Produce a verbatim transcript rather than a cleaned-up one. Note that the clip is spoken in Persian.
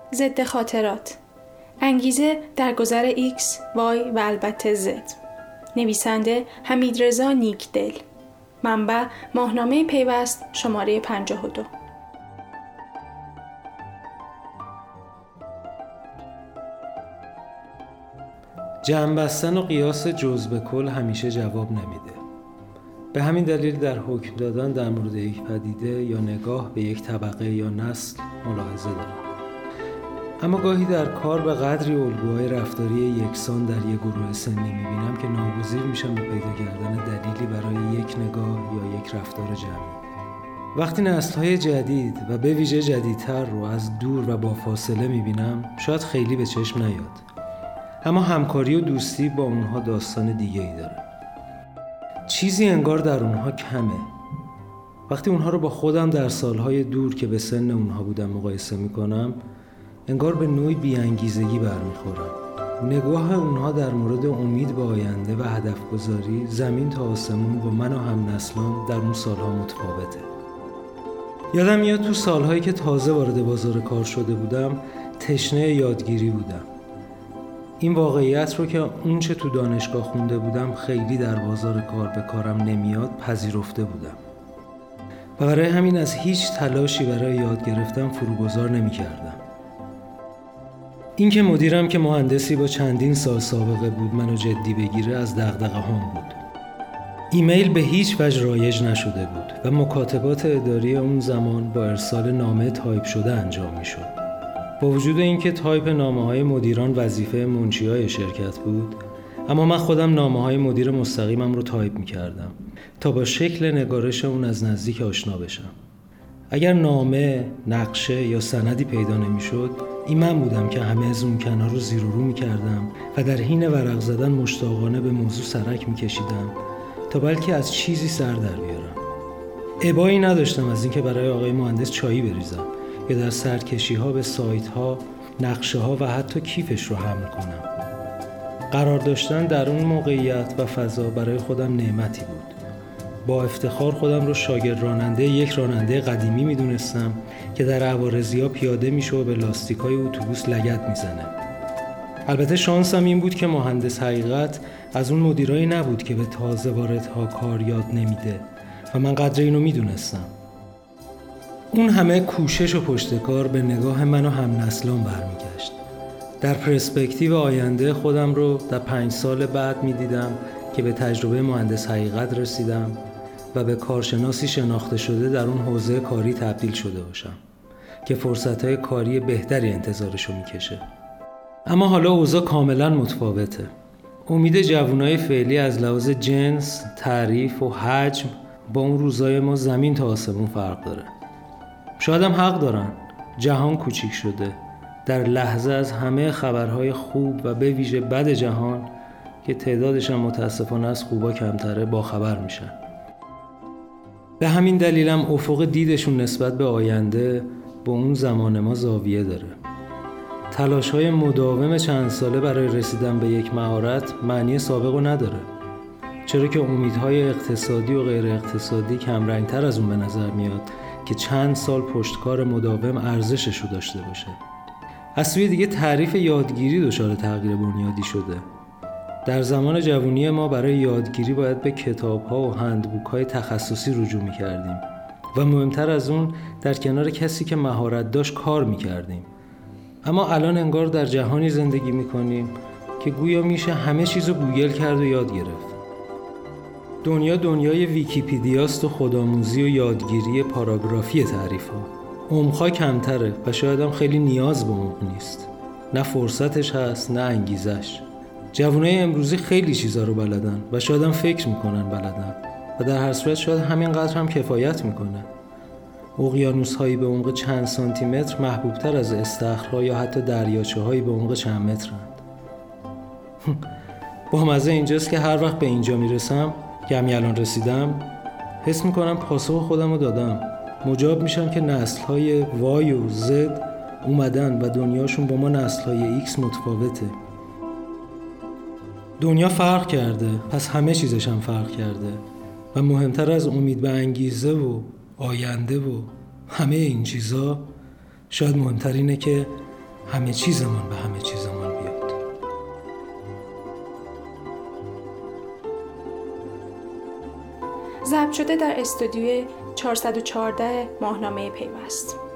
ضد خاطرات. انگیزه در گذر X، Y و البته Z. نویسنده حمیدرضا نیکدل. منبع ماهنامه پیوست شماره پنجاه و دو. جمع بستن و قیاس جزء به کل همیشه جواب نمیده. به همین دلیل در حکم دادن در مورد یک پدیده یا نگاه به یک طبقه یا نسل ملاحظه دارم. اما گاهی در کار به قدری الگوهای رفتاری یکسان در یک گروه سنی میبینم که ناگزیر میشم به پیدا کردن دلیلی برای یک نگاه یا یک رفتار جمعی. وقتی نسل‌های جدید و به ویژه جدیدتر رو از دور و با فاصله میبینم شاید خیلی به چشم نیاد، اما همکاری و دوستی با اونها داستان دیگه ای داره. چیزی انگار در اونها کمه. وقتی اونها رو با خودم در سالهای دور که به سن اونها بودم مقایسه میکنم، انگار به نوعی بی‌انگیزگی برمیخورم. نگاه اونها در مورد امید به آینده و هدف گذاری زمین تا آسمون با من و هم نسلان در اون سالها متفاوته. یادم میاد تو سالهایی که تازه وارد بازار کار شده بودم تشنه یادگیری بودم. این واقعیت رو که اون چه تو دانشگاه خونده بودم خیلی در بازار کار به کارم نمیاد پذیرفته بودم و برای همین از هیچ تلاشی برای یاد گرفتن فروگذار نمی کردم. این که مدیرم که مهندسی با چندین سال سابقه بود منو جدی بگیره از دغدغه هم بود. ایمیل به هیچ وجه رایج نشده بود و مکاتبات اداری اون زمان با ارسال نامه تایپ شده انجام می شد. با وجود اینکه تایپ نامه‌های مدیران وظیفه منشیای شرکت بود، اما من خودم نامه‌های مدیر مستقیمم رو تایپ می‌کردم تا با شکل نگارش اون از نزدیک آشنا بشم. اگر نامه، نقشه یا سندی پیدا نمی‌شد، این من بودم که همه از اون کنار رو زیر و رو می‌کردم و در حین ورق زدن مشتاقانه به موضوع سرک می‌کشیدم تا بلکه از چیزی سر در بیارم. ابایی نداشتم از اینکه برای آقای مهندس چایی بریزم یا در سرکشی‌ها به سایت‌ها، نقشه‌ها و حتی کیفش رو حمل کنم. قرار داشتن در اون موقعیت و فضا برای خودم نعمتی بود. با افتخار خودم رو شاگرد راننده یک راننده قدیمی می‌دونستم که در عوارضی‌ها پیاده میشه و به لاستیک‌های اتوبوس لگد میزنه. البته شانسم این بود که مهندس حقیقت از اون مدیرایی نبود که به تازه واردها کار یاد نمیده و من قدر اینو میدونستم. اون همه کوشش و پشتکار به نگاه من و هم نسلان برمیگشت. در پرسپکتیو آینده خودم رو در پنج سال بعد میدیدم که به تجربه مهندس حقیقت رسیدم و به کارشناسی شناخته شده در اون حوزه کاری تبدیل شده باشم که فرصتهای کاری بهتری انتظارشو میکشه. اما حالا اوضاع کاملا متفاوته. امید جوانای فعلی از لحاظ جنس، تعریف و حجم با اون روزای ما زمین تا آسمون فرق داره. شاید هم حق دارن. جهان کوچیک شده. در لحظه از همه خبرهای خوب و به ویژه بد جهان که تعدادش هم متاسفانه از خوبا کمتره با خبر میشن. به همین دلیلم افق دیدشون نسبت به آینده با اون زمان ما زاویه داره. تلاش‌های مداوم چند ساله برای رسیدن به یک مهارت معنی سابقو نداره. چرا که امیدهای اقتصادی و غیر اقتصادی کمرنگتر از اون به نظر میاد که چند سال پشتکار مداوم ارزشش رو داشته باشه. از سوی دیگه تعریف یادگیری دچار تغییر بنیادی شده. در زمان جوانی ما برای یادگیری باید به کتاب‌ها و هندبوک‌های تخصصی رجوع می‌کردیم و مهمتر از اون در کنار کسی که مهارت داشت کار می‌کردیم. اما الان انگار در جهانی زندگی می‌کنیم که گویا میشه همه چیزو گوگل کرد و یاد گرفت. دنیا دنیای ویکی‌پدیاست و خودآموزی و یادگیری پاراگرافی تعریف‌ها. عمق‌ها کمتره و شاید هم خیلی نیاز به عمق نیست. نه فرصتش هست نه انگیزش. جوانای امروزی خیلی چیزا رو بلدن و شاید هم فکر میکنن بلدن و در هر صورت شاید همینقدر هم کفایت میکنه. اقیانوس‌هایی به عمق چند سانتی متر محبوبتر از استخرها یا حتی دریاچه‌هایی به عمق چند مترند. با مزه اینجاست که هر وقت به اینجا میرسم که همین الان رسیدم حس میکنم پاسخ خودم رو دادم. مجاب میشم که نسل‌های وای و زد اومدن و دنیاشون با ما نسل‌های ایکس متفاوته. دنیا فرق کرده، پس همه چیزش هم فرق کرده و مهمتر از امید به انگیزه و آینده و همه این چیزا شاید مهمتر اینه که همه چیزمان به همه چیزمان بیاد. ضبط شده در استودیوی چهارصد و چهارده ماهنامه پیوست.